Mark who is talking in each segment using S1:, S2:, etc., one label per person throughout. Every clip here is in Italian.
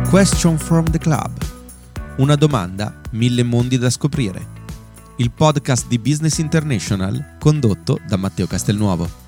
S1: Question from the Club. Una domanda, 1000 mondi da scoprire. Il podcast di Business International condotto da Matteo Castelnuovo.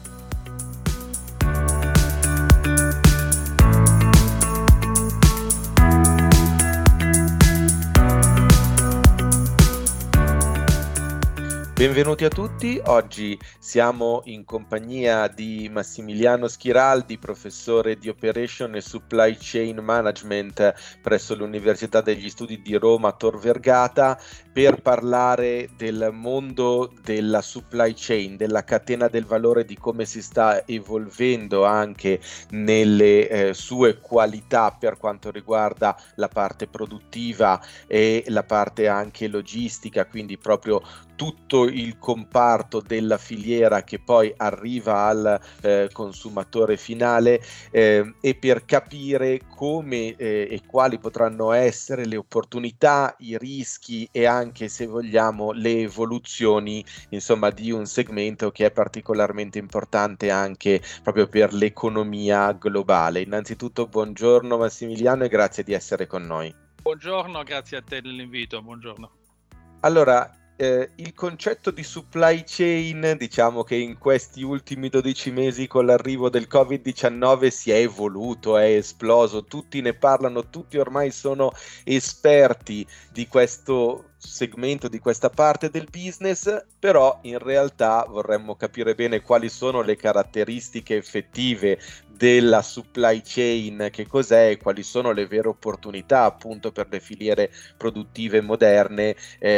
S2: Benvenuti a tutti, oggi siamo in compagnia di Massimiliano Schiraldi, professore di Operation e Supply Chain Management presso l'Università degli Studi di Roma Tor Vergata, per parlare del mondo della supply chain, della catena del valore, di come si sta evolvendo anche nelle sue qualità per quanto riguarda la parte produttiva e la parte anche logistica, quindi proprio tutto il comparto della filiera che poi arriva al consumatore finale, e per capire come e quali potranno essere le opportunità, i rischi e anche, se vogliamo, le evoluzioni, insomma, di un segmento che è particolarmente importante anche proprio per l'economia globale. Innanzitutto buongiorno Massimiliano e grazie di essere con noi.
S3: Buongiorno, grazie a te dell'invito, buongiorno.
S2: Allora, il concetto di supply chain, diciamo che in questi ultimi 12 mesi con l'arrivo del Covid-19 si è evoluto, è esploso, tutti ne parlano, tutti ormai sono esperti di questo segmento, di questa parte del business, però in realtà vorremmo capire bene quali sono le caratteristiche effettive della supply chain, che cos'è e quali sono le vere opportunità appunto per le filiere produttive moderne,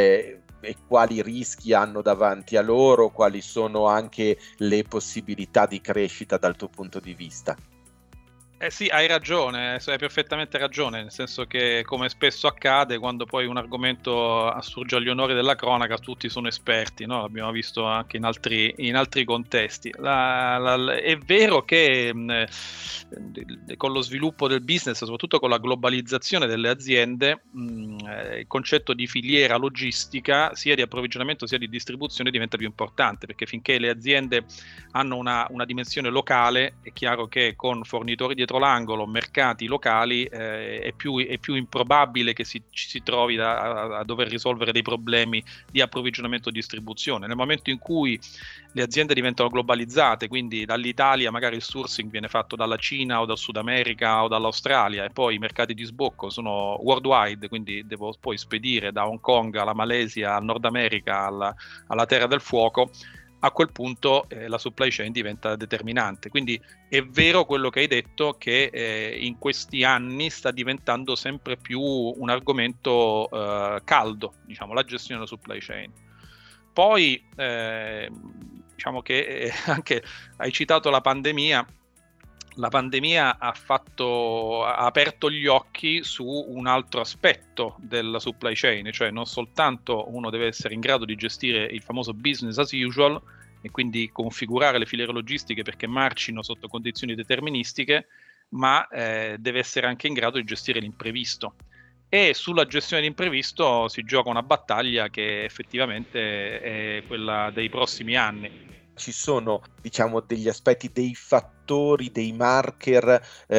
S2: e quali rischi hanno davanti a loro, quali sono anche le possibilità di crescita dal tuo punto di vista.
S3: Sì, hai ragione, hai perfettamente ragione, nel senso che, come spesso accade, quando poi un argomento assurge agli onori della cronaca, tutti sono esperti, no? L'abbiamo visto anche in altri contesti. È vero che con lo sviluppo del business, soprattutto con la globalizzazione delle aziende, il concetto di filiera logistica, sia di approvvigionamento sia di distribuzione, diventa più importante, perché finché le aziende hanno una dimensione locale, è chiaro che con fornitori dietro l'angolo, mercati locali, è più improbabile che ci si trovi a dover risolvere dei problemi di approvvigionamento e distribuzione. Nel momento in cui le aziende diventano globalizzate, quindi dall'Italia magari il sourcing viene fatto dalla Cina o dal Sud America o dall'Australia, e poi i mercati di sbocco sono worldwide, quindi devo poi spedire da Hong Kong alla Malesia, al Nord America, alla Terra del Fuoco. A quel punto la supply chain diventa determinante. Quindi è vero quello che hai detto, che in questi anni sta diventando sempre più un argomento caldo, diciamo, la gestione della supply chain. Poi diciamo che anche hai citato la pandemia. La pandemia ha aperto gli occhi su un altro aspetto della supply chain, cioè non soltanto uno deve essere in grado di gestire il famoso business as usual e quindi configurare le filiere logistiche perché marcino sotto condizioni deterministiche, ma deve essere anche in grado di gestire l'imprevisto. E sulla gestione dell'imprevisto si gioca una battaglia che effettivamente è quella dei prossimi anni.
S2: Ci sono, diciamo, degli aspetti, dei fattori, dei marker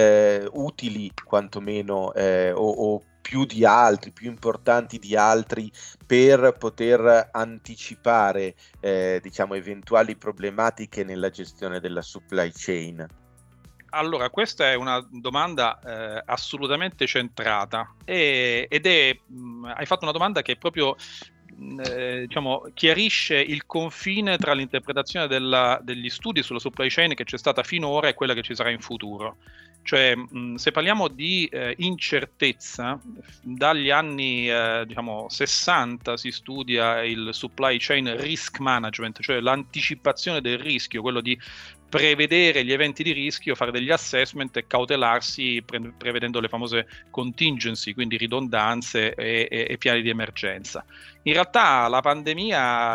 S2: utili quantomeno, o più di altri, più importanti di altri, per poter anticipare diciamo eventuali problematiche nella gestione della supply chain?
S3: Allora, questa è una domanda assolutamente centrata hai fatto una domanda che proprio diciamo, chiarisce il confine tra l'interpretazione degli studi sulla supply chain che c'è stata finora e quella che ci sarà in futuro. Cioè, se parliamo di incertezza, dagli anni diciamo 60 si studia il supply chain risk management, cioè l'anticipazione del rischio, quello di prevedere gli eventi di rischio, fare degli assessment e cautelarsi prevedendo le famose contingency, quindi ridondanze e piani di emergenza. In realtà la pandemia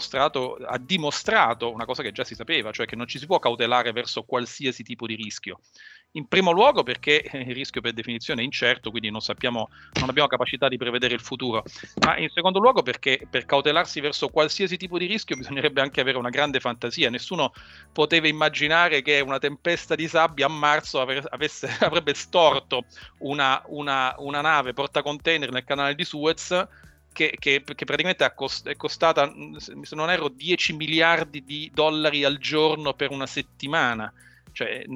S3: ha dimostrato una cosa che già si sapeva, cioè che non ci si può cautelare verso qualsiasi tipo di rischio. In primo luogo perché il rischio per definizione è incerto, quindi non abbiamo capacità di prevedere il futuro, ma in secondo luogo perché per cautelarsi verso qualsiasi tipo di rischio bisognerebbe anche avere una grande fantasia. Nessuno poteva immaginare che una tempesta di sabbia a marzo avrebbe storto una nave portacontainer nel canale di Suez che praticamente è costata, se non erro, 10 miliardi di dollari al giorno per una settimana. Cioè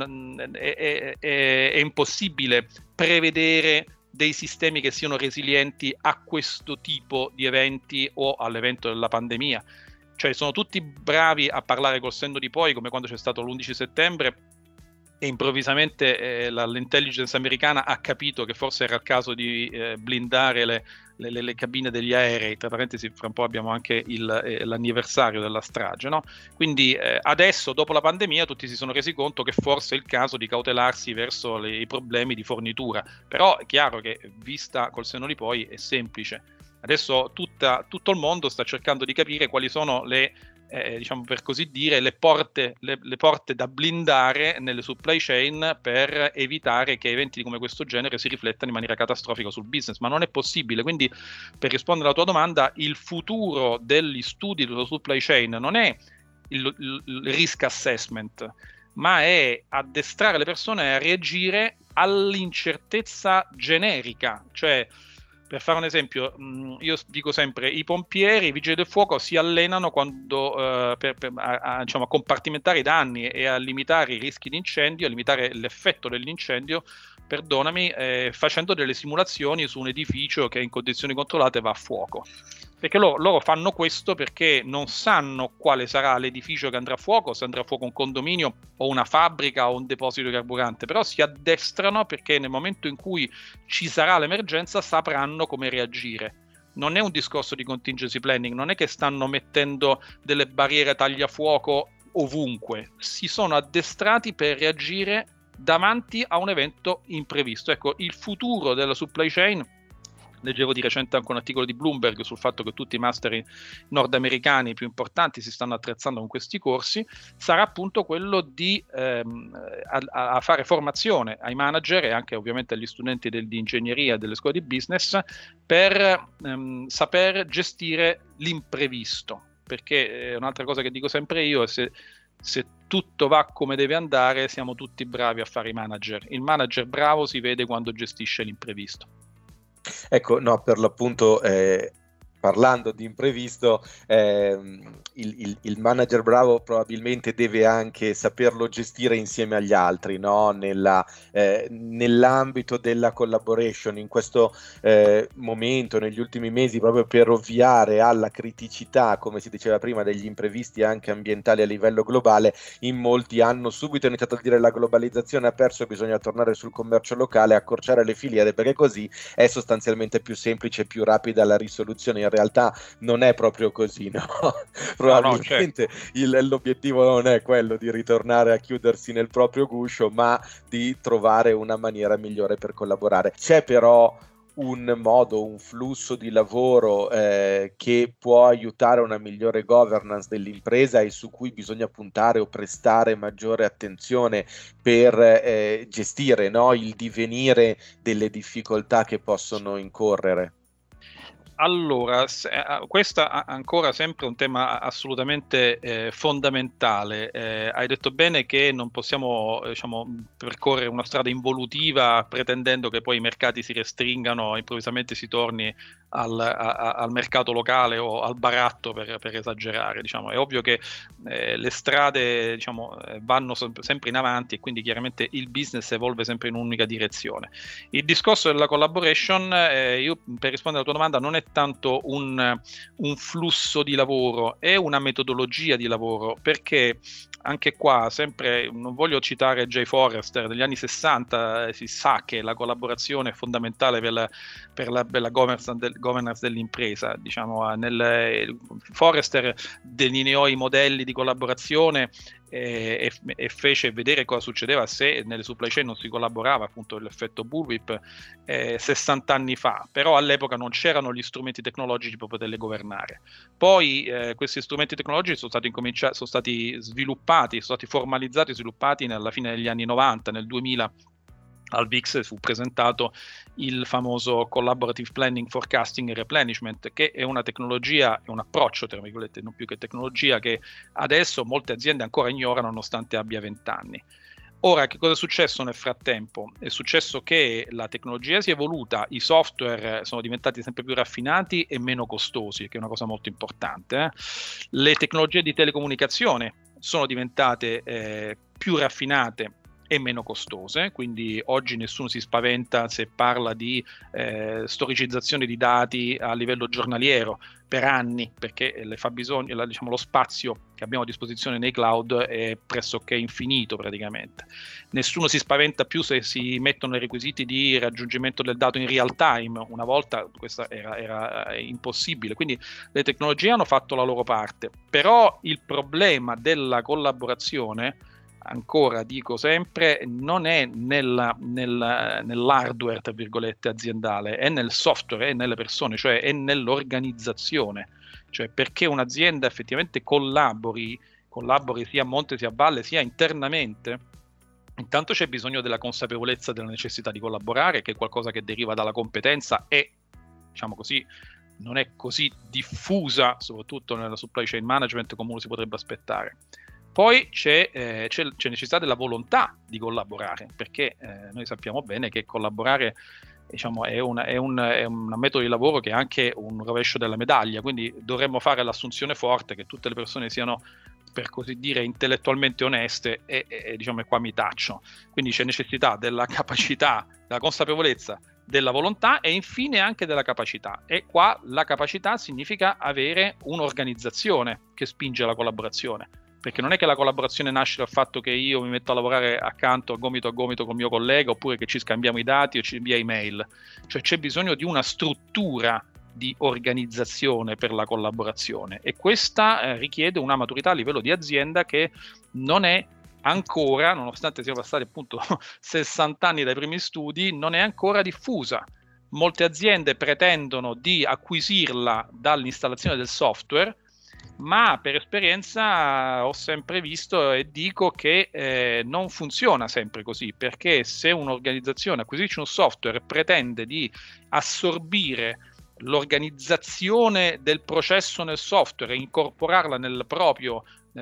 S3: è impossibile prevedere dei sistemi che siano resilienti a questo tipo di eventi o all'evento della pandemia. Cioè sono tutti bravi a parlare col senno di poi, come quando c'è stato l'11 settembre e improvvisamente l'intelligence americana ha capito che forse era il caso di blindare le cabine degli aerei. Tra parentesi, fra un po' abbiamo anche l'anniversario della strage, no? Quindi adesso, dopo la pandemia, tutti si sono resi conto che forse è il caso di cautelarsi verso i problemi di fornitura. Però è chiaro che, vista col senno di poi, è semplice. Adesso tutto il mondo sta cercando di capire quali sono diciamo per così dire, le porte da blindare nelle supply chain per evitare che eventi come questo genere si riflettano in maniera catastrofica sul business, ma non è possibile. Quindi, per rispondere alla tua domanda, il futuro degli studi della supply chain non è il risk assessment, ma è addestrare le persone a reagire all'incertezza generica. Cioè, per fare un esempio, io dico sempre, i pompieri, i vigili del fuoco si allenano quando, diciamo, a compartimentare i danni e a limitare i rischi di incendio, a limitare l'effetto dell'incendio, perdonami, facendo delle simulazioni su un edificio che in condizioni controllate va a fuoco. Perché loro fanno questo perché non sanno quale sarà l'edificio che andrà a fuoco, se andrà a fuoco un condominio o una fabbrica o un deposito di carburante, però si addestrano perché nel momento in cui ci sarà l'emergenza sapranno come reagire. Non è un discorso di contingency planning, non è che stanno mettendo delle barriere tagliafuoco ovunque, si sono addestrati per reagire davanti a un evento imprevisto. Ecco, il futuro della supply chain, leggevo di recente anche un articolo di Bloomberg sul fatto che tutti i master nordamericani più importanti si stanno attrezzando con questi corsi, sarà appunto quello di a fare formazione ai manager e anche ovviamente agli studenti di ingegneria e delle scuole di business per saper gestire l'imprevisto, perché un'altra cosa che dico sempre io è se tutto va come deve andare siamo tutti bravi a fare i manager. Il manager bravo si vede quando gestisce l'imprevisto.
S2: Ecco, no, per l'appunto, parlando di imprevisto, il manager bravo probabilmente deve anche saperlo gestire insieme agli altri, no? Nell'ambito della collaboration, in questo momento, negli ultimi mesi, proprio per ovviare alla criticità, come si diceva prima, degli imprevisti anche ambientali a livello globale, in molti hanno subito iniziato a dire la globalizzazione ha perso, bisogna tornare sul commercio locale, accorciare le filiere, perché così è sostanzialmente più semplice e più rapida la risoluzione. In realtà non è proprio così, no? Probabilmente l'obiettivo non è quello di ritornare a chiudersi nel proprio guscio, ma di trovare una maniera migliore per collaborare. C'è però un modo, un flusso di lavoro che può aiutare una migliore governance dell'impresa e su cui bisogna puntare o prestare maggiore attenzione per gestire, no, il divenire delle difficoltà che possono incorrere.
S3: Allora, questo è ancora sempre un tema assolutamente fondamentale. Hai detto bene che non possiamo percorrere una strada involutiva pretendendo che poi i mercati si restringano e improvvisamente si torni al mercato locale o al baratto per esagerare. È ovvio che le strade vanno sempre in avanti e quindi chiaramente il business evolve sempre in un'unica direzione. Il discorso della collaboration, io per rispondere alla tua domanda, non è tanto un flusso di lavoro, è una metodologia di lavoro, perché anche qua sempre, non voglio citare Jay Forrester, negli anni 60 si sa che la collaborazione è fondamentale per la governance dell'impresa. Forrester delineò i modelli di collaborazione e fece vedere cosa succedeva se nelle supply chain non si collaborava, appunto l'effetto bullwhip 60 anni fa, però all'epoca non c'erano gli strumenti tecnologici per poterle governare. Poi questi strumenti tecnologici sono stati sviluppati, sono stati formalizzati e sviluppati alla fine degli anni 90, nel 2000 al VIX fu presentato il famoso Collaborative Planning, Forecasting e Replenishment, che è una tecnologia, è un approccio, tra virgolette, non più che tecnologia, che adesso molte aziende ancora ignorano nonostante abbia 20 anni. Ora, che cosa è successo nel frattempo? È successo che la tecnologia si è evoluta, i software sono diventati sempre più raffinati e meno costosi, che è una cosa molto importante. Le tecnologie di telecomunicazione sono diventate più raffinate e meno costose, quindi oggi nessuno si spaventa se parla di storicizzazione di dati a livello giornaliero per anni, perché le fabbisogno, diciamo, lo spazio che abbiamo a disposizione nei cloud è pressoché infinito praticamente. Nessuno si spaventa più se si mettono i requisiti di raggiungimento del dato in real time, una volta questo era impossibile, quindi le tecnologie hanno fatto la loro parte, però il problema della collaborazione, ancora dico sempre, non è nell'hardware, tra virgolette, aziendale, è nel software, è nelle persone, cioè è nell'organizzazione, cioè perché un'azienda effettivamente collabori sia a monte sia a valle sia internamente. Intanto c'è bisogno della consapevolezza della necessità di collaborare, che è qualcosa che deriva dalla competenza e, diciamo così, non è così diffusa, soprattutto nella supply chain management, come uno si potrebbe aspettare. Poi c'è necessità della volontà di collaborare, perché noi sappiamo bene che collaborare, diciamo, è un metodo di lavoro che è anche un rovescio della medaglia, quindi dovremmo fare l'assunzione forte che tutte le persone siano, per così dire, intellettualmente oneste e diciamo, e qua mi taccio. Quindi c'è necessità della capacità, della consapevolezza, della volontà e infine anche della capacità. E qua la capacità significa avere un'organizzazione che spinge alla collaborazione. Perché non è che la collaborazione nasce dal fatto che io mi metto a lavorare accanto, gomito a gomito con il mio collega, oppure che ci scambiamo i dati o ci invia email. Cioè c'è bisogno di una struttura di organizzazione per la collaborazione e questa richiede una maturità a livello di azienda che non è ancora, nonostante siano passati appunto 60 anni dai primi studi, non è ancora diffusa. Molte aziende pretendono di acquisirla dall'installazione del software, ma per esperienza ho sempre visto e dico che non funziona sempre così, perché se un'organizzazione acquisisce un software e pretende di assorbire l'organizzazione del processo nel software e incorporarla nel proprio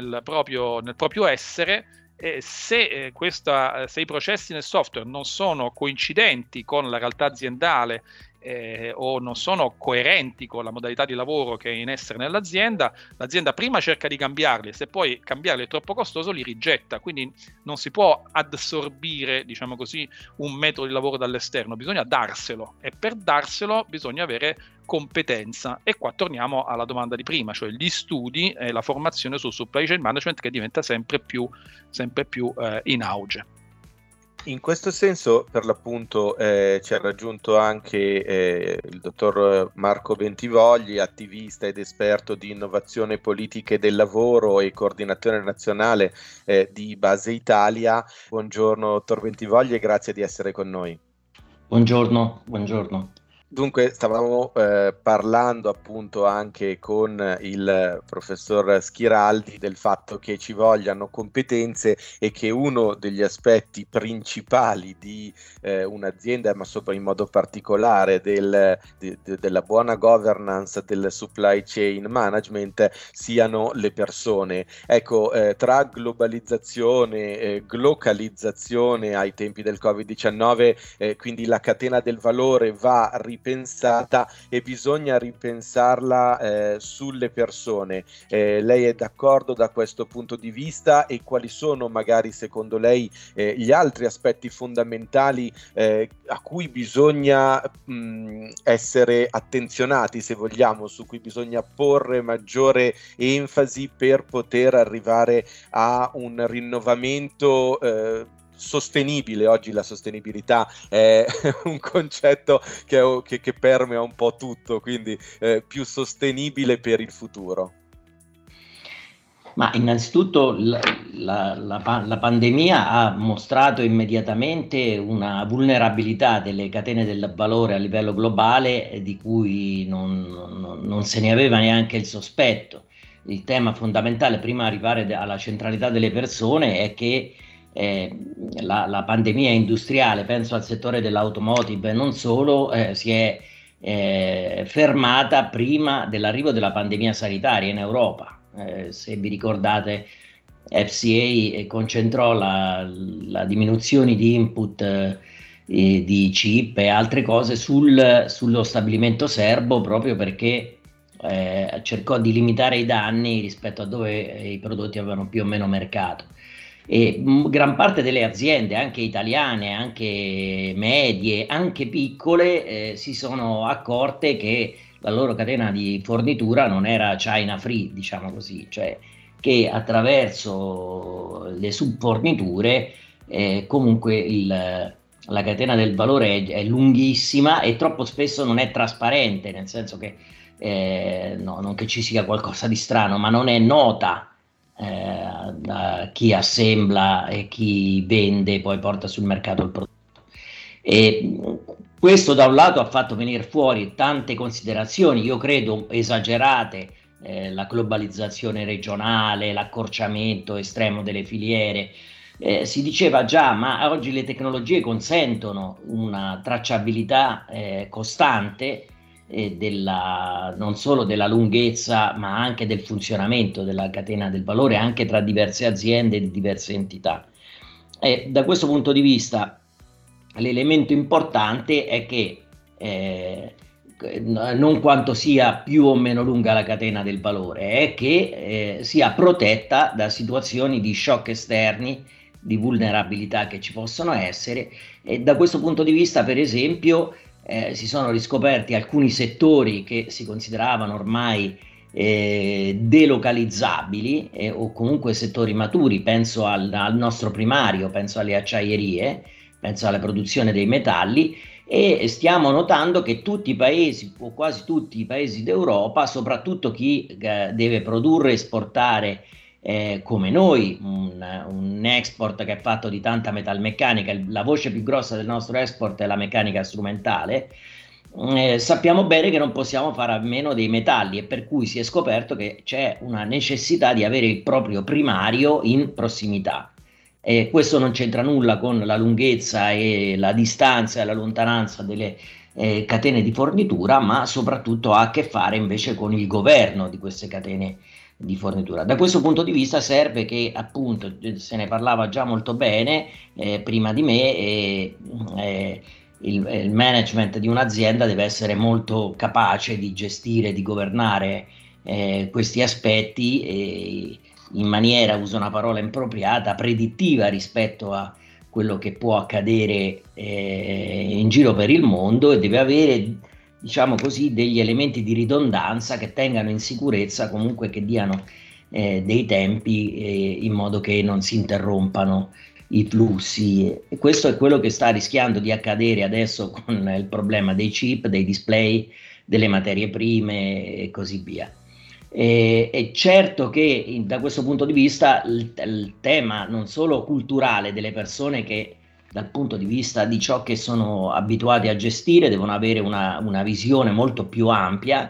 S3: essere, se i processi nel software non sono coincidenti con la realtà aziendale o non sono coerenti con la modalità di lavoro che è in essere nell'azienda, l'azienda prima cerca di cambiarli, se poi cambiarli è troppo costoso li rigetta, quindi non si può assorbire, diciamo così, un metodo di lavoro dall'esterno, bisogna darselo e per darselo bisogna avere competenza e qua torniamo alla domanda di prima, cioè gli studi e la formazione sul supply chain management che diventa sempre più in auge.
S2: In questo senso, per l'appunto, ci ha raggiunto anche il dottor Marco Bentivogli, attivista ed esperto di innovazione politiche del lavoro e coordinatore nazionale di Base Italia. Buongiorno, dottor Bentivogli, e grazie di essere con noi.
S4: Buongiorno.
S2: Dunque, stavamo parlando appunto anche con il professor Schiraldi del fatto che ci vogliano competenze e che uno degli aspetti principali di un'azienda, ma in modo particolare della buona governance del supply chain management, siano le persone. Ecco, tra globalizzazione, glocalizzazione ai tempi del Covid-19, quindi la catena del valore va ripensata e bisogna ripensarla sulle persone. Lei è d'accordo da questo punto di vista e quali sono magari secondo lei gli altri aspetti fondamentali a cui bisogna essere attenzionati, se vogliamo, su cui bisogna porre maggiore enfasi per poter arrivare a un rinnovamento sostenibile? Oggi la sostenibilità è un concetto che permea un po' tutto, quindi più sostenibile per il futuro.
S4: Ma innanzitutto la pandemia ha mostrato immediatamente una vulnerabilità delle catene del valore a livello globale di cui non se ne aveva neanche il sospetto. Il tema fondamentale, prima di arrivare alla centralità delle persone, è che la pandemia industriale, penso al settore dell'automotive, non solo, si è fermata prima dell'arrivo della pandemia sanitaria in Europa. Se vi ricordate, FCA concentrò la diminuzione di input di chip e altre cose sullo stabilimento serbo, proprio perché cercò di limitare i danni rispetto a dove i prodotti avevano più o meno mercato. E gran parte delle aziende, anche italiane, anche medie, anche piccole, si sono accorte che la loro catena di fornitura non era China free, diciamo così, cioè che attraverso le subforniture comunque la catena del valore è lunghissima e troppo spesso non è trasparente, nel senso che non che ci sia qualcosa di strano, ma non è nota da chi assembla e chi vende, poi porta sul mercato il prodotto. E questo da un lato ha fatto venire fuori tante considerazioni, io credo esagerate, la globalizzazione regionale, l'accorciamento estremo delle filiere. Si diceva già, ma oggi le tecnologie consentono una tracciabilità costante non solo della lunghezza, ma anche del funzionamento della catena del valore, anche tra diverse aziende e di diverse entità. Da questo punto di vista l'elemento importante è che non quanto sia più o meno lunga la catena del valore, è che sia protetta da situazioni di shock esterni, di vulnerabilità che ci possono essere, e da questo punto di vista, per esempio, si sono riscoperti alcuni settori che si consideravano ormai delocalizzabili o comunque settori maturi. Penso al nostro primario, penso alle acciaierie, penso alla produzione dei metalli, e stiamo notando che tutti i paesi o quasi tutti i paesi d'Europa, soprattutto chi deve produrre e esportare come noi, un export che è fatto di tanta metalmeccanica, la voce più grossa del nostro export è la meccanica strumentale, sappiamo bene che non possiamo fare a meno dei metalli, e per cui si è scoperto che c'è una necessità di avere il proprio primario in prossimità. Questo non c'entra nulla con la lunghezza e la distanza e la lontananza delle catene di fornitura, ma soprattutto ha a che fare invece con il governo di queste catene di fornitura. Da questo punto di vista serve che, appunto, se ne parlava già molto bene prima di me, il management di un'azienda deve essere molto capace di gestire, di governare questi aspetti in maniera, uso una parola impropriata, predittiva rispetto a quello che può accadere in giro per il mondo, e deve avere, diciamo così, degli elementi di ridondanza che tengano in sicurezza, comunque che diano dei tempi in modo che non si interrompano i flussi. E questo è quello che sta rischiando di accadere adesso con il problema dei chip, dei display, delle materie prime e così via. È certo che da questo punto di vista il tema non solo culturale delle persone, che dal punto di vista di ciò che sono abituati a gestire devono avere una visione molto più ampia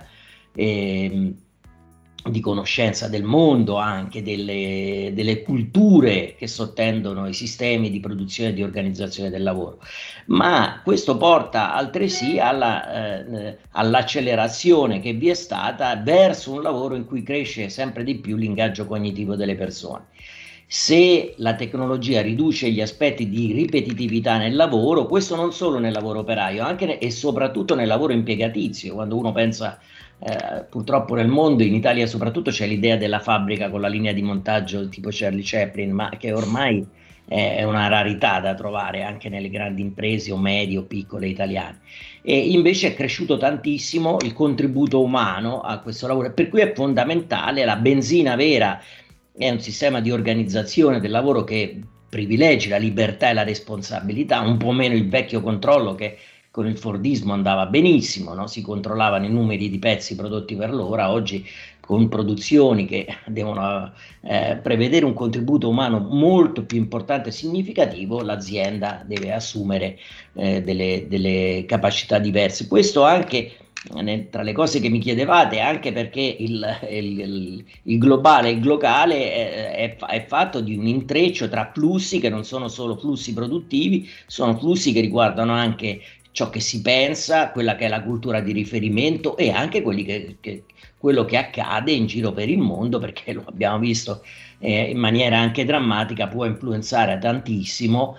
S4: di conoscenza del mondo, anche delle culture che sottendono i sistemi di produzione e di organizzazione del lavoro, ma questo porta altresì all'accelerazione che vi è stata verso un lavoro in cui cresce sempre di più l'ingaggio cognitivo delle persone. Se la tecnologia riduce gli aspetti di ripetitività nel lavoro, questo non solo nel lavoro operaio, anche e soprattutto nel lavoro impiegatizio. Quando uno pensa, purtroppo nel mondo, in Italia soprattutto, c'è l'idea della fabbrica con la linea di montaggio tipo Charlie Chaplin, ma che ormai è una rarità da trovare anche nelle grandi imprese o medie o piccole italiane. E invece è cresciuto tantissimo il contributo umano a questo lavoro, per cui è fondamentale. La benzina vera è un sistema di organizzazione del lavoro che privilegi la libertà e la responsabilità, un po' meno il vecchio controllo che con il Fordismo andava benissimo, no? Si controllavano i numeri di pezzi prodotti per l'ora. Oggi, con produzioni che devono prevedere un contributo umano molto più importante e significativo, l'azienda deve assumere delle capacità diverse. Questo anche tra le cose che mi chiedevate, anche perché il globale e il locale è fatto di un intreccio tra flussi che non sono solo flussi produttivi, sono flussi che riguardano anche ciò che si pensa, quella che è la cultura di riferimento e anche quello che accade in giro per il mondo, perché lo abbiamo visto in maniera anche drammatica, può influenzare tantissimo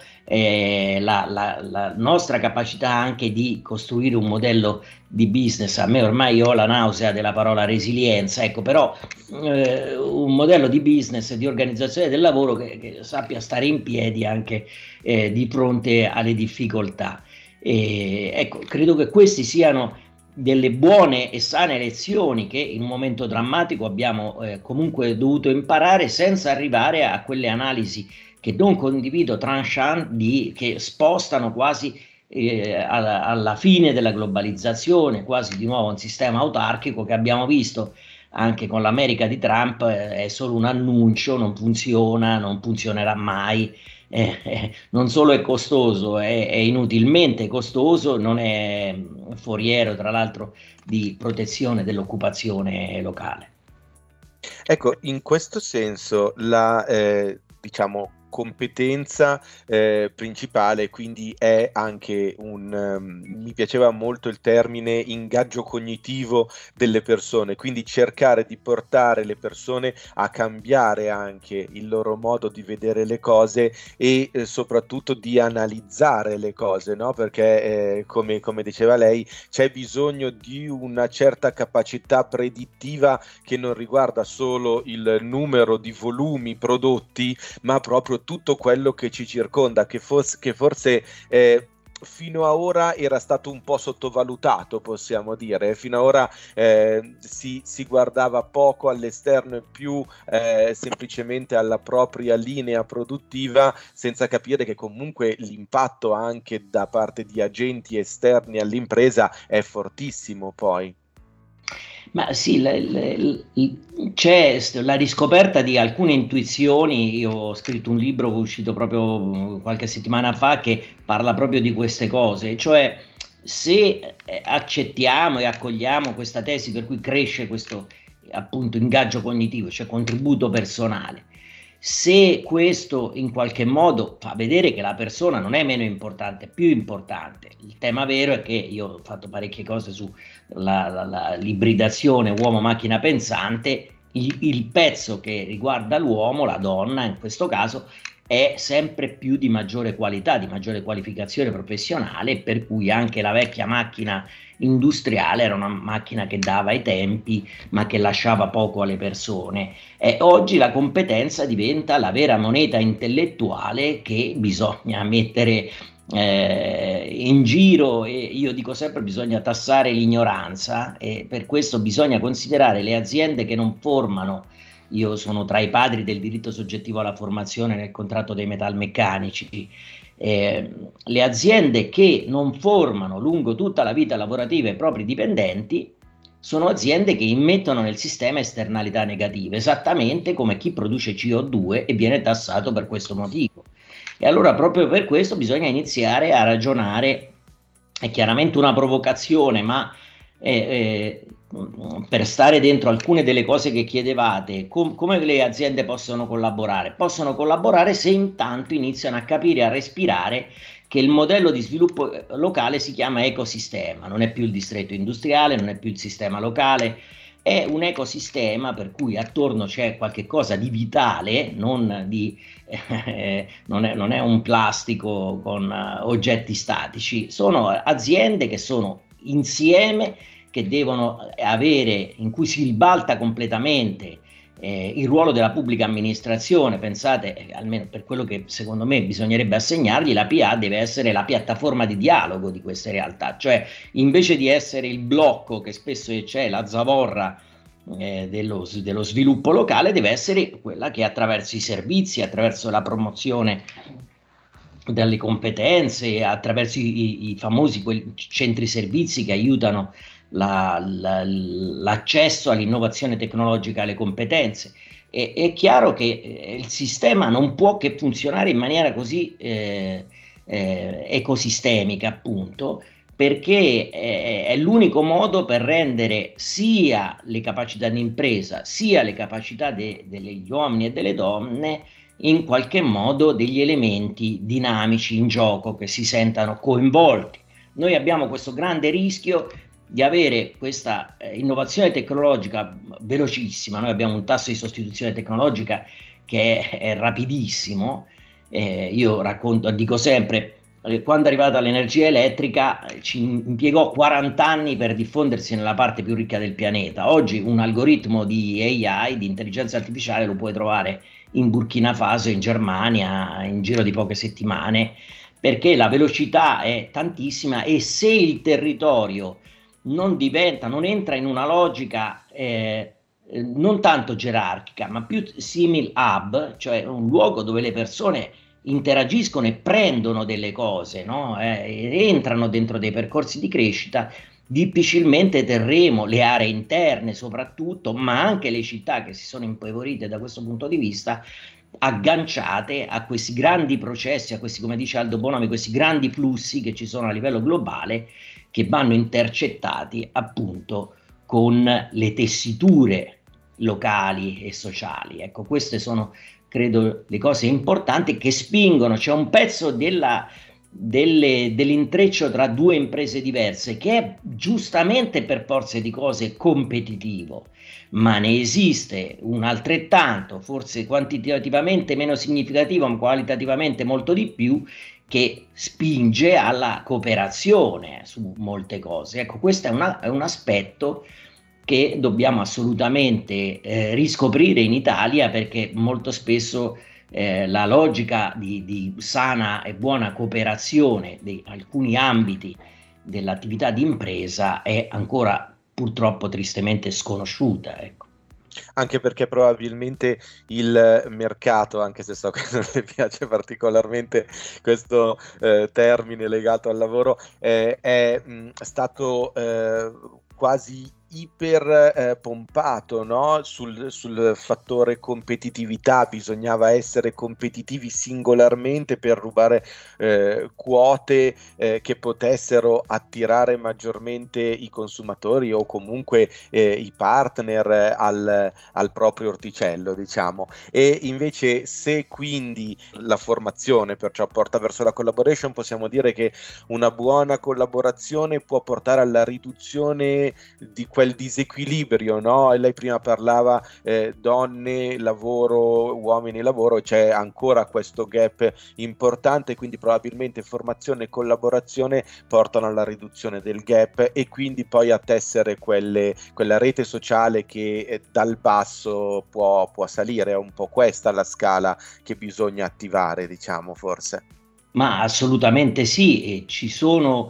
S4: la nostra capacità anche di costruire un modello di business. A me ormai ho la nausea della parola resilienza, ecco, però un modello di business, di organizzazione del lavoro che sappia stare in piedi anche di fronte alle difficoltà. Ecco, credo che questi siano delle buone e sane lezioni che in un momento drammatico abbiamo comunque dovuto imparare, senza arrivare a quelle analisi che non condivido, tranchant, che spostano quasi alla fine della globalizzazione, quasi di nuovo un sistema autarchico che abbiamo visto anche con l'America di Trump, è solo un annuncio, non funziona, non funzionerà mai. Non solo è costoso, è inutilmente costoso, non è foriero tra l'altro di protezione dell'occupazione locale.
S2: Ecco, in questo senso la diciamo competenza principale quindi è anche mi piaceva molto il termine ingaggio cognitivo delle persone, quindi cercare di portare le persone a cambiare anche il loro modo di vedere le cose e soprattutto di analizzare le cose, no? Perché come diceva lei, c'è bisogno di una certa capacità predittiva che non riguarda solo il numero di volumi prodotti, ma proprio tutto quello che ci circonda, che forse fino a ora era stato un po' sottovalutato, possiamo dire. Fino a ora si guardava poco all'esterno e più semplicemente alla propria linea produttiva, senza capire che comunque l'impatto anche da parte di agenti esterni all'impresa è fortissimo poi.
S4: Ma sì, c'è la riscoperta di alcune intuizioni. Io ho scritto un libro che è uscito proprio qualche settimana fa che parla proprio di queste cose, cioè se accettiamo e accogliamo questa tesi per cui cresce questo appunto ingaggio cognitivo, cioè contributo personale, se questo in qualche modo fa vedere che la persona non è meno importante, è più importante. Il tema vero è che io ho fatto parecchie cose sull'ibridazione uomo-macchina pensante, il pezzo che riguarda l'uomo, la donna in questo caso, è sempre più di maggiore qualità, di maggiore qualificazione professionale, per cui anche la vecchia macchina industriale era una macchina che dava i tempi ma che lasciava poco alle persone. Oggi la competenza diventa la vera moneta intellettuale che bisogna mettere in giro, e io dico sempre bisogna tassare l'ignoranza, e per questo bisogna considerare le aziende che non formano. Io sono tra i padri del diritto soggettivo alla formazione nel contratto dei metalmeccanici. Le aziende che non formano lungo tutta la vita lavorativa i propri dipendenti sono aziende che immettono nel sistema esternalità negative, esattamente come chi produce CO2 e viene tassato per questo motivo. E allora proprio per questo bisogna iniziare a ragionare, è chiaramente una provocazione, ma per stare dentro alcune delle cose che chiedevate, come le aziende possono collaborare? Possono collaborare se intanto iniziano a capire, a respirare che il modello di sviluppo locale si chiama ecosistema, non è più il distretto industriale, non è più il sistema locale, è un ecosistema per cui attorno c'è qualche cosa di vitale, non è un plastico con oggetti statici, sono aziende che sono insieme, che devono avere, in cui si ribalta completamente il ruolo della pubblica amministrazione. Pensate, almeno per quello che secondo me bisognerebbe assegnargli, la PA deve essere la piattaforma di dialogo di queste realtà, cioè invece di essere il blocco che spesso c'è, la zavorra dello sviluppo locale, deve essere quella che attraverso i servizi, attraverso la promozione delle competenze, attraverso i famosi centri servizi che aiutano l'accesso all'innovazione tecnologica, alle competenze. È chiaro che il sistema non può che funzionare in maniera così ecosistemica, appunto, perché è l'unico modo per rendere sia le capacità di impresa, sia le capacità degli uomini e delle donne in qualche modo degli elementi dinamici in gioco che si sentano coinvolti. Noi abbiamo questo grande rischio di avere questa innovazione tecnologica velocissima. Noi abbiamo un tasso di sostituzione tecnologica che è rapidissimo. Io dico sempre, quando è arrivata l'energia elettrica ci impiegò 40 anni per diffondersi nella parte più ricca del pianeta. Oggi un algoritmo di AI, di intelligenza artificiale, lo puoi trovare in Burkina Faso, in Germania, in giro di poche settimane, perché la velocità è tantissima, e se il territorio non entra in una logica non tanto gerarchica, ma più simil hub, cioè un luogo dove le persone interagiscono e prendono delle cose, no? Entrano dentro dei percorsi di crescita, difficilmente terremo le aree interne soprattutto, ma anche le città che si sono impoverite da questo punto di vista, agganciate a questi grandi processi, a questi, come dice Aldo Bonomi, questi grandi flussi che ci sono a livello globale, che vanno intercettati appunto con le tessiture locali e sociali. Ecco, queste sono, credo, le cose importanti che spingono. C'è un pezzo dell'intreccio tra due imprese diverse che è giustamente, per forza di cose, competitivo, ma ne esiste un altrettanto, forse quantitativamente meno significativo, ma qualitativamente molto di più, che spinge alla cooperazione su molte cose. Ecco, questo è un aspetto che dobbiamo assolutamente riscoprire in Italia, perché molto spesso la logica di sana e buona cooperazione di alcuni ambiti dell'attività di impresa è ancora purtroppo tristemente sconosciuta, ecco.
S2: Anche perché probabilmente il mercato, anche se so che non le piace particolarmente questo termine legato al lavoro, è stato quasi iper pompato, no? sul fattore competitività. Bisognava essere competitivi singolarmente per rubare quote che potessero attirare maggiormente i consumatori o comunque i partner al proprio orticello, diciamo. E invece, se quindi la formazione perciò porta verso la collaboration, possiamo dire che una buona collaborazione può portare alla riduzione di quel disequilibrio, no? E lei prima parlava donne, lavoro, uomini, lavoro, c'è ancora questo gap importante, quindi probabilmente formazione e collaborazione portano alla riduzione del gap e quindi poi a tessere quella rete sociale che dal basso può salire. È un po' questa la scala che bisogna attivare, diciamo, forse.
S4: Ma assolutamente sì, e ci sono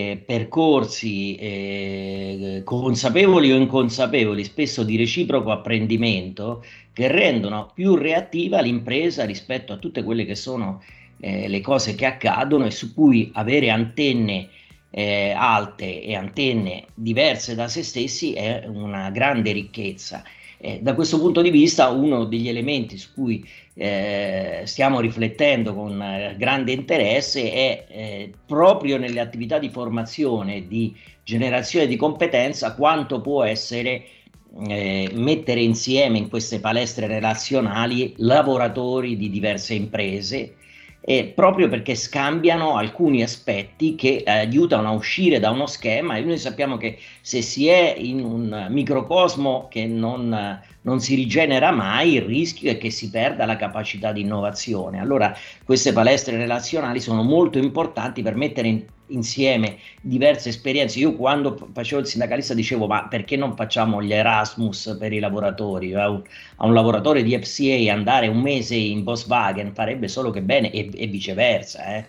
S4: percorsi consapevoli o inconsapevoli, spesso di reciproco apprendimento, che rendono più reattiva l'impresa rispetto a tutte quelle che sono le cose che accadono, e su cui avere antenne alte e antenne diverse da se stessi è una grande ricchezza. Da questo punto di vista, uno degli elementi su cui stiamo riflettendo con grande interesse è proprio nelle attività di formazione e di generazione di competenza quanto può essere mettere insieme in queste palestre relazionali lavoratori di diverse imprese, proprio perché scambiano alcuni aspetti che aiutano a uscire da uno schema. E noi sappiamo che se si è in un microcosmo che non si rigenera mai, il rischio è che si perda la capacità di innovazione. Allora queste palestre relazionali sono molto importanti per mettere insieme diverse esperienze. Io quando facevo il sindacalista dicevo: ma perché non facciamo gli Erasmus per i lavoratori? A un lavoratore di FCA andare un mese in Volkswagen farebbe solo che bene, e viceversa.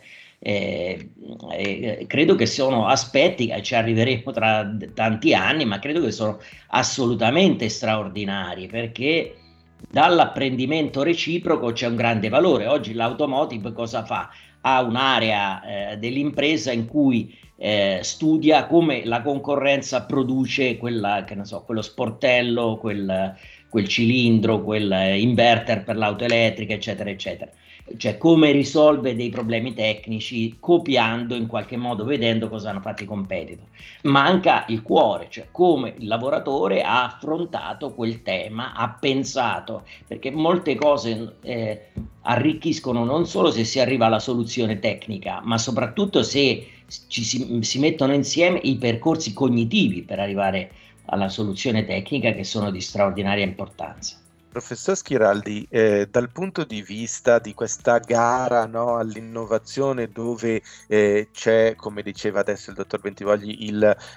S4: Credo che sono aspetti, ci arriveremo tra tanti anni, ma credo che sono assolutamente straordinari, perché dall'apprendimento reciproco c'è un grande valore. Oggi l'automotive cosa fa? Ha un'area dell'impresa in cui studia come la concorrenza produce quello sportello, quel cilindro, quel inverter per l'auto elettrica, eccetera, eccetera. cioè come risolve dei problemi tecnici copiando in qualche modo, vedendo cosa hanno fatto i competitor. Manca il cuore, cioè come il lavoratore ha affrontato quel tema, ha pensato, perché molte cose arricchiscono non solo se si arriva alla soluzione tecnica, ma soprattutto se si mettono insieme i percorsi cognitivi per arrivare alla soluzione tecnica, che sono di straordinaria importanza.
S2: Professor Schiraldi, dal punto di vista di questa gara, no, all'innovazione, dove c'è, come diceva adesso il dottor Bentivogli,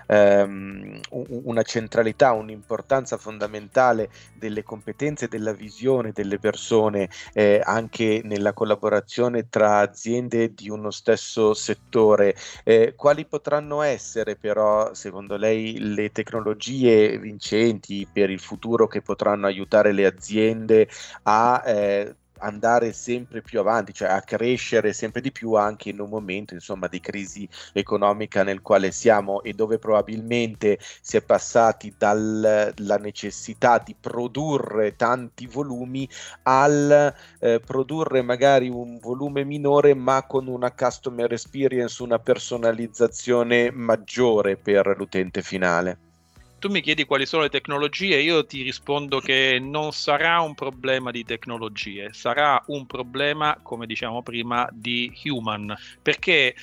S2: una centralità, un'importanza fondamentale delle competenze, della visione delle persone, anche nella collaborazione tra aziende di uno stesso settore, quali potranno essere però, secondo lei, le tecnologie vincenti per il futuro che potranno aiutare le aziende a andare sempre più avanti, cioè a crescere sempre di più anche in un momento, insomma, di crisi economica nel quale siamo, e dove probabilmente si è passati dalla necessità di produrre tanti volumi al produrre magari un volume minore ma con una customer experience, una personalizzazione maggiore per l'utente finale.
S3: Tu mi chiedi quali sono le tecnologie, io ti rispondo che non sarà un problema di tecnologie, sarà un problema, come diciamo prima, di human, perché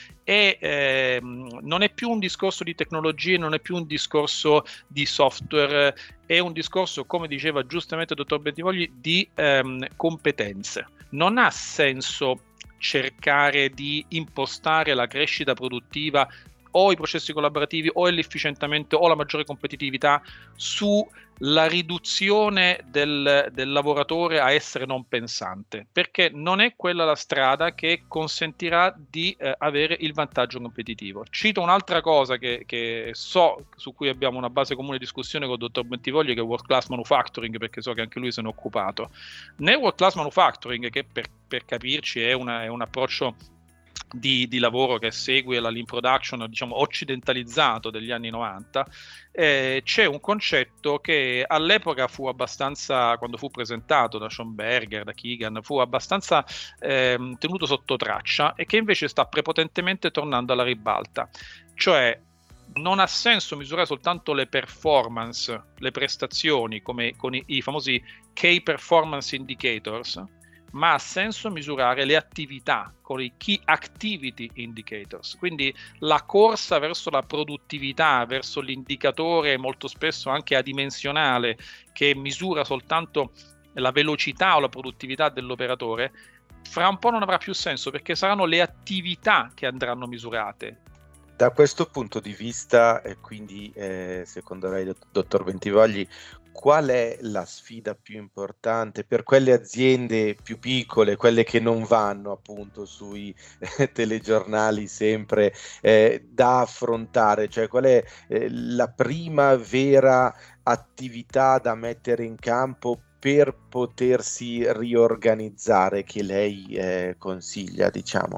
S3: non è più un discorso di tecnologie, non è più un discorso di software, è un discorso, come diceva giustamente il dottor Bentivogli, di competenze. Non ha senso cercare di impostare la crescita produttiva o i processi collaborativi o l'efficientamento o la maggiore competitività sulla riduzione del lavoratore a essere non pensante, perché non è quella la strada che consentirà di avere il vantaggio competitivo. Cito un'altra cosa che so, su cui abbiamo una base comune di discussione con il dottor Bentivogli, che è World Class Manufacturing, perché so che anche lui se ne è occupato. Nel World Class Manufacturing, che per capirci è un approccio di lavoro che segue la lean production, diciamo, occidentalizzato degli anni 90, c'è un concetto che all'epoca fu abbastanza, quando fu presentato da Schomberger, da Keegan, fu abbastanza tenuto sotto traccia, e che invece sta prepotentemente tornando alla ribalta. Cioè, non ha senso misurare soltanto le performance, le prestazioni, come con i famosi Key Performance Indicators, ma ha senso misurare le attività con i Key Activity Indicators, quindi la corsa verso la produttività, verso l'indicatore molto spesso anche adimensionale, che misura soltanto la velocità o la produttività dell'operatore, fra un po' non avrà più senso, perché saranno le attività che andranno misurate.
S2: Da questo punto di vista, quindi secondo lei, dottor Bentivogli, qual è la sfida più importante per quelle aziende più piccole, quelle che non vanno appunto sui telegiornali sempre, da affrontare? Cioè, qual è la prima vera attività da mettere in campo per potersi riorganizzare, che lei consiglia, diciamo?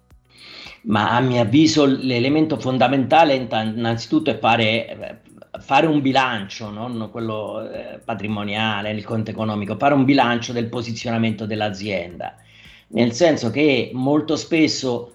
S4: Ma a mio avviso l'elemento fondamentale innanzitutto è fare un bilancio, non quello patrimoniale, il conto economico, fare un bilancio del posizionamento dell'azienda, nel senso che molto spesso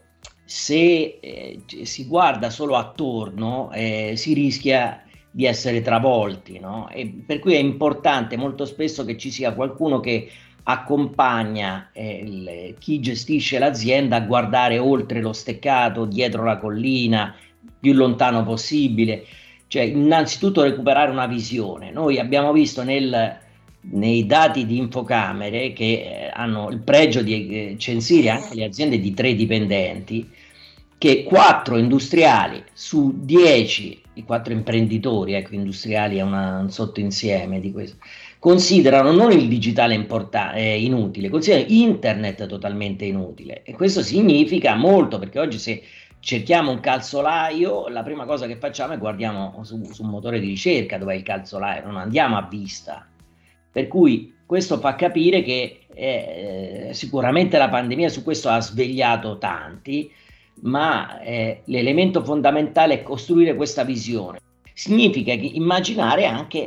S4: se si guarda solo attorno si rischia di essere travolti, no? E per cui è importante molto spesso che ci sia qualcuno che accompagna chi gestisce l'azienda a guardare oltre lo steccato, dietro la collina, più lontano possibile. Cioè, innanzitutto recuperare una visione. Noi abbiamo visto nei dati di Infocamere, che hanno il pregio di censire anche le aziende di 3 dipendenti, che 4 industriali su 10, i 4 imprenditori, ecco, industriali è un sottoinsieme di questo, considerano non il digitale inutile, considerano internet totalmente inutile. E questo significa molto, perché oggi se cerchiamo un calzolaio, la prima cosa che facciamo è guardiamo su un motore di ricerca dov'è il calzolaio, non andiamo a vista. Per cui questo fa capire che sicuramente la pandemia su questo ha svegliato tanti, ma l'elemento fondamentale è costruire questa visione. Significa immaginare anche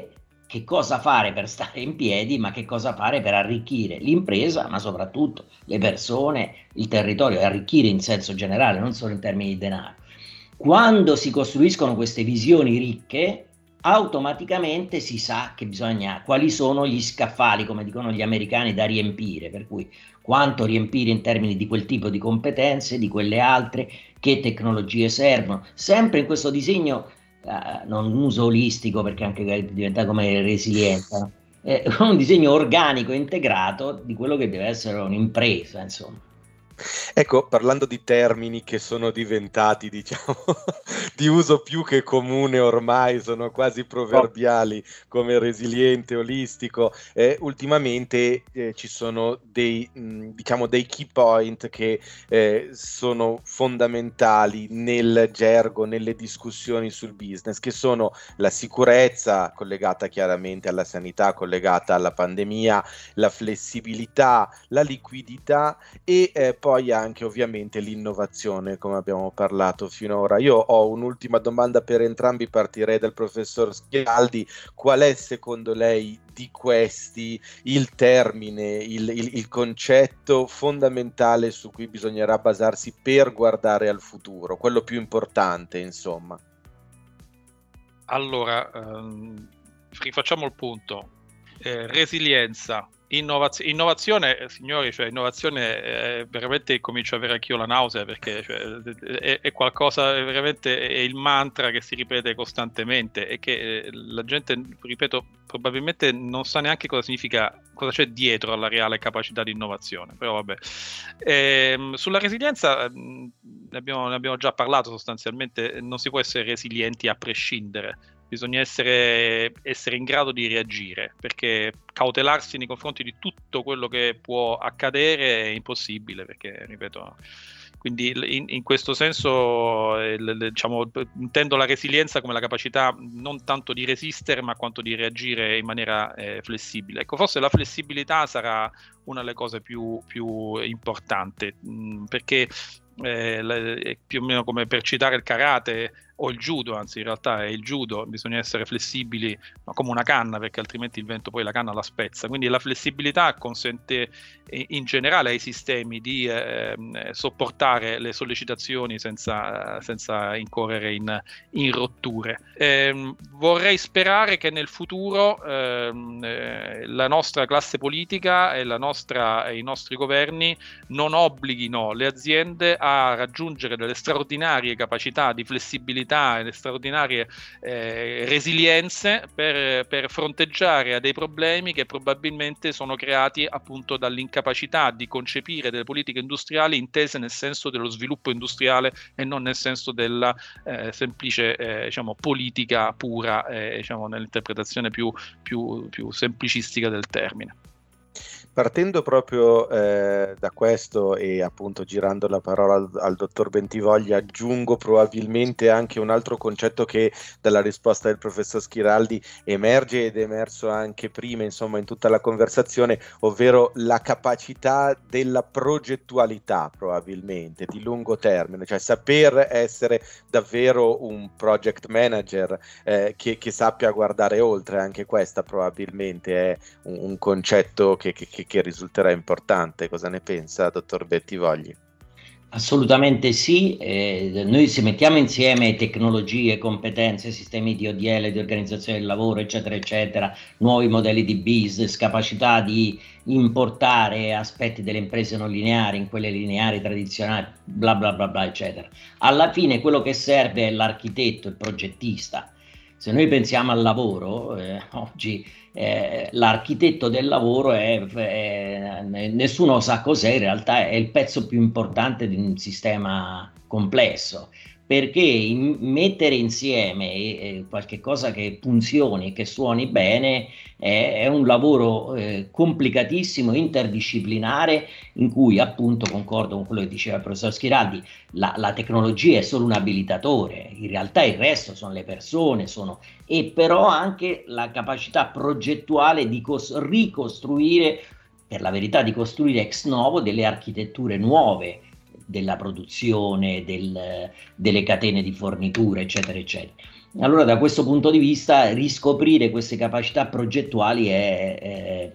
S4: che cosa fare per stare in piedi, ma che cosa fare per arricchire l'impresa, ma soprattutto le persone, il territorio, e arricchire in senso generale, non solo in termini di denaro. Quando si costruiscono queste visioni ricche, automaticamente si sa che quali sono gli scaffali, come dicono gli americani, da riempire, per cui quanto riempire in termini di quel tipo di competenze, di quelle altre, che tecnologie servono, sempre in questo disegno, non uso olistico perché anche diventa come resilienza, un disegno organico, integrato di quello che deve essere un'impresa, insomma.
S2: Ecco, parlando di termini che sono diventati, diciamo, di uso più che comune ormai, sono quasi proverbiali, come resiliente, olistico, ultimamente ci sono dei key point che sono fondamentali nel gergo, nelle discussioni sul business, che sono la sicurezza, collegata chiaramente alla sanità, collegata alla pandemia, la flessibilità, la liquidità e poi anche ovviamente l'innovazione, come abbiamo parlato finora. Io ho un'ultima domanda per entrambi, partirei dal professor Schiraldi. Qual è secondo lei di questi il termine, il concetto fondamentale su cui bisognerà basarsi per guardare al futuro, quello più importante, insomma?
S3: Allora, rifacciamo il punto. Resilienza. Innovazione, signori, cioè innovazione veramente comincio ad avere anch'io la nausea, perché è qualcosa, veramente è il mantra che si ripete costantemente e che la gente, ripeto, probabilmente non sa neanche cosa significa, cosa c'è dietro alla reale capacità di innovazione, però vabbè. Sulla resilienza ne abbiamo già parlato sostanzialmente, non si può essere resilienti a prescindere. Bisogna essere in grado di reagire, perché cautelarsi nei confronti di tutto quello che può accadere è impossibile, perché, ripeto, quindi in questo senso diciamo, intendo la resilienza come la capacità non tanto di resistere, ma quanto di reagire in maniera flessibile. Ecco, forse la flessibilità sarà una delle cose più importanti, perché è più o meno come per citare il karate o il judo, anzi in realtà è il judo, bisogna essere flessibili, ma come una canna, perché altrimenti il vento poi la canna la spezza. Quindi la flessibilità consente in generale ai sistemi di sopportare le sollecitazioni senza incorrere in rotture. Vorrei sperare che nel futuro la nostra classe politica e i nostri governi non obblighino le aziende a raggiungere delle straordinarie capacità di flessibilità e le straordinarie resilienze per fronteggiare a dei problemi che probabilmente sono creati appunto dall'incapacità di concepire delle politiche industriali intese nel senso dello sviluppo industriale e non nel senso della semplice diciamo politica pura, diciamo nell'interpretazione più semplicistica del termine.
S2: Partendo proprio da questo e appunto girando la parola al dottor Bentivoglia, aggiungo probabilmente anche un altro concetto che dalla risposta del professor Schiraldi emerge ed è emerso anche prima, insomma, in tutta la conversazione, ovvero la capacità della progettualità, probabilmente di lungo termine, cioè saper essere davvero un project manager che sappia guardare oltre. Anche questa probabilmente è un concetto che risulterà importante. Cosa ne pensa, dottor Bentivogli?
S4: Assolutamente sì, noi se mettiamo insieme tecnologie, competenze, sistemi di ODL, di organizzazione del lavoro, eccetera, eccetera, nuovi modelli di business, capacità di importare aspetti delle imprese non lineari in quelle lineari tradizionali, bla bla bla bla, eccetera. Alla fine quello che serve è l'architetto, il progettista. Se noi pensiamo al lavoro, oggi l'architetto del lavoro nessuno sa cos'è, in realtà è il pezzo più importante di un sistema complesso, perché mettere insieme qualche cosa che funzioni e che suoni bene è un lavoro complicatissimo, interdisciplinare, in cui appunto concordo con quello che diceva il professor Schiraldi, la tecnologia è solo un abilitatore, in realtà il resto sono le persone, e però anche la capacità progettuale di ricostruire, per la verità di costruire ex novo delle architetture nuove della produzione, delle catene di fornitura, eccetera, eccetera. Allora, da questo punto di vista, riscoprire queste capacità progettuali è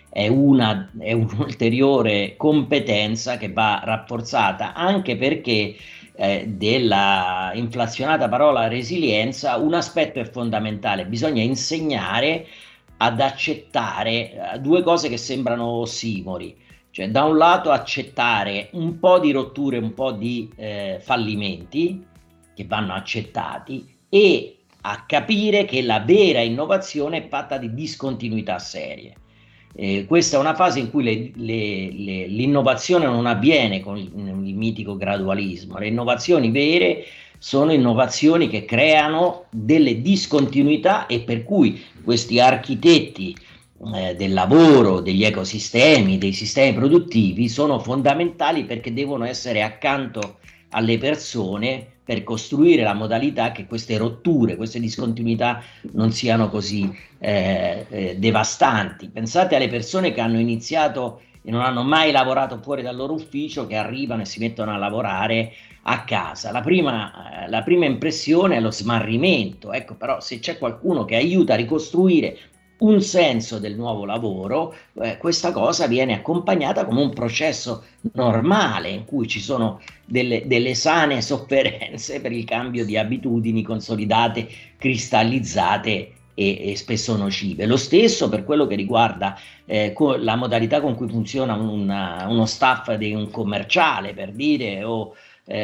S4: un'ulteriore competenza che va rafforzata, anche perché della inflazionata parola resilienza un aspetto è fondamentale: bisogna insegnare ad accettare due cose che sembrano ossimori, cioè da un lato accettare un po' di rotture, un po' di fallimenti che vanno accettati, e a capire che la vera innovazione è fatta di discontinuità serie. Questa è una fase in cui l'innovazione non avviene con il mitico gradualismo. Le innovazioni vere sono innovazioni che creano delle discontinuità, e per cui questi architetti del lavoro, degli ecosistemi, dei sistemi produttivi sono fondamentali, perché devono essere accanto alle persone per costruire la modalità che queste rotture, queste discontinuità non siano così devastanti. Pensate alle persone che hanno iniziato e non hanno mai lavorato fuori dal loro ufficio, che arrivano e si mettono a lavorare a casa. La prima impressione è lo smarrimento. Ecco, però se c'è qualcuno che aiuta a ricostruire un senso del nuovo lavoro, questa cosa viene accompagnata come un processo normale in cui ci sono delle sane sofferenze per il cambio di abitudini consolidate, cristallizzate e spesso nocive. Lo stesso per quello che riguarda la modalità con cui funziona uno staff di un commerciale, per dire, o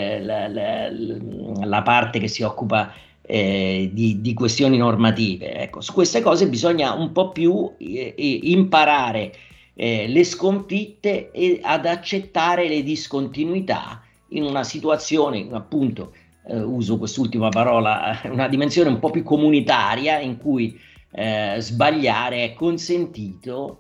S4: la parte che si occupa di questioni normative. Ecco, su queste cose bisogna un po' più imparare le sconfitte e ad accettare le discontinuità in una situazione, appunto, uso quest'ultima parola, una dimensione un po' più comunitaria, in cui sbagliare è consentito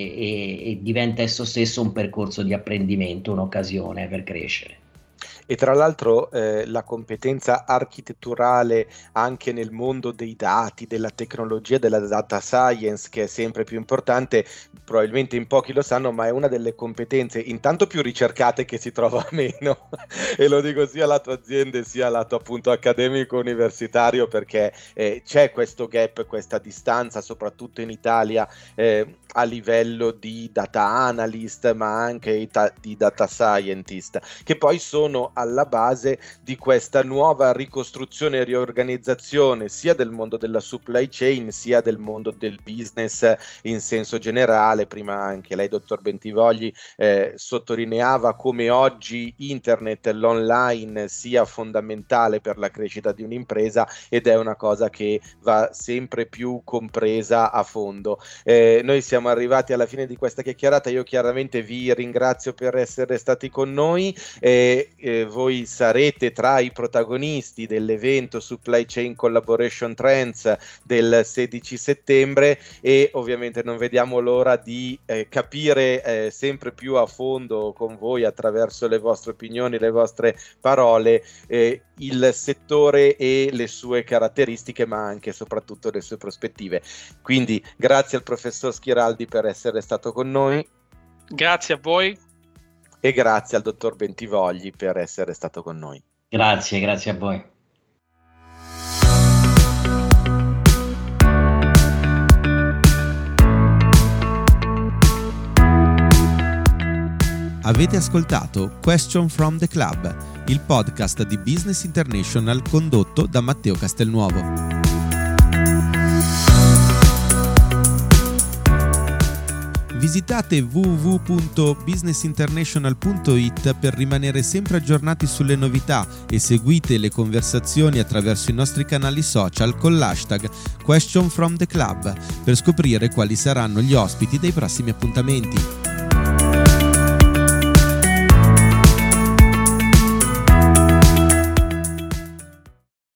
S4: e diventa esso stesso un percorso di apprendimento, un'occasione per crescere.
S2: E tra l'altro la competenza architetturale anche nel mondo dei dati, della tecnologia, della data science, che è sempre più importante, probabilmente in pochi lo sanno, ma è una delle competenze intanto più ricercate che si trova meno, e lo dico sia lato aziende sia lato appunto accademico universitario, perché c'è questo gap, questa distanza, soprattutto in Italia, a livello di data analyst, ma anche di data scientist, che poi sono alla base di questa nuova ricostruzione e riorganizzazione sia del mondo della supply chain sia del mondo del business in senso generale. Prima anche lei, dottor Bentivogli, sottolineava come oggi internet, l'online, sia fondamentale per la crescita di un'impresa, ed è una cosa che va sempre più compresa a fondo. Noi siamo arrivati alla fine di questa chiacchierata. Io chiaramente vi ringrazio per essere stati con noi, voi sarete tra i protagonisti dell'evento Supply Chain Collaboration Trends del 16 settembre, e ovviamente non vediamo l'ora di capire sempre più a fondo con voi, attraverso le vostre opinioni, le vostre parole, il settore e le sue caratteristiche, ma anche e soprattutto le sue prospettive. Quindi grazie al professor Schiraldi per essere stato con noi.
S3: Grazie a voi.
S2: E grazie al dottor Bentivogli per essere stato con noi.
S4: Grazie a voi.
S1: Avete ascoltato Question from the Club, il podcast di Business International condotto da Matteo Castelnuovo. Visitate www.businessinternational.it per rimanere sempre aggiornati sulle novità, e seguite le conversazioni attraverso i nostri canali social con l'hashtag Question from the Club per scoprire quali saranno gli ospiti dei prossimi appuntamenti.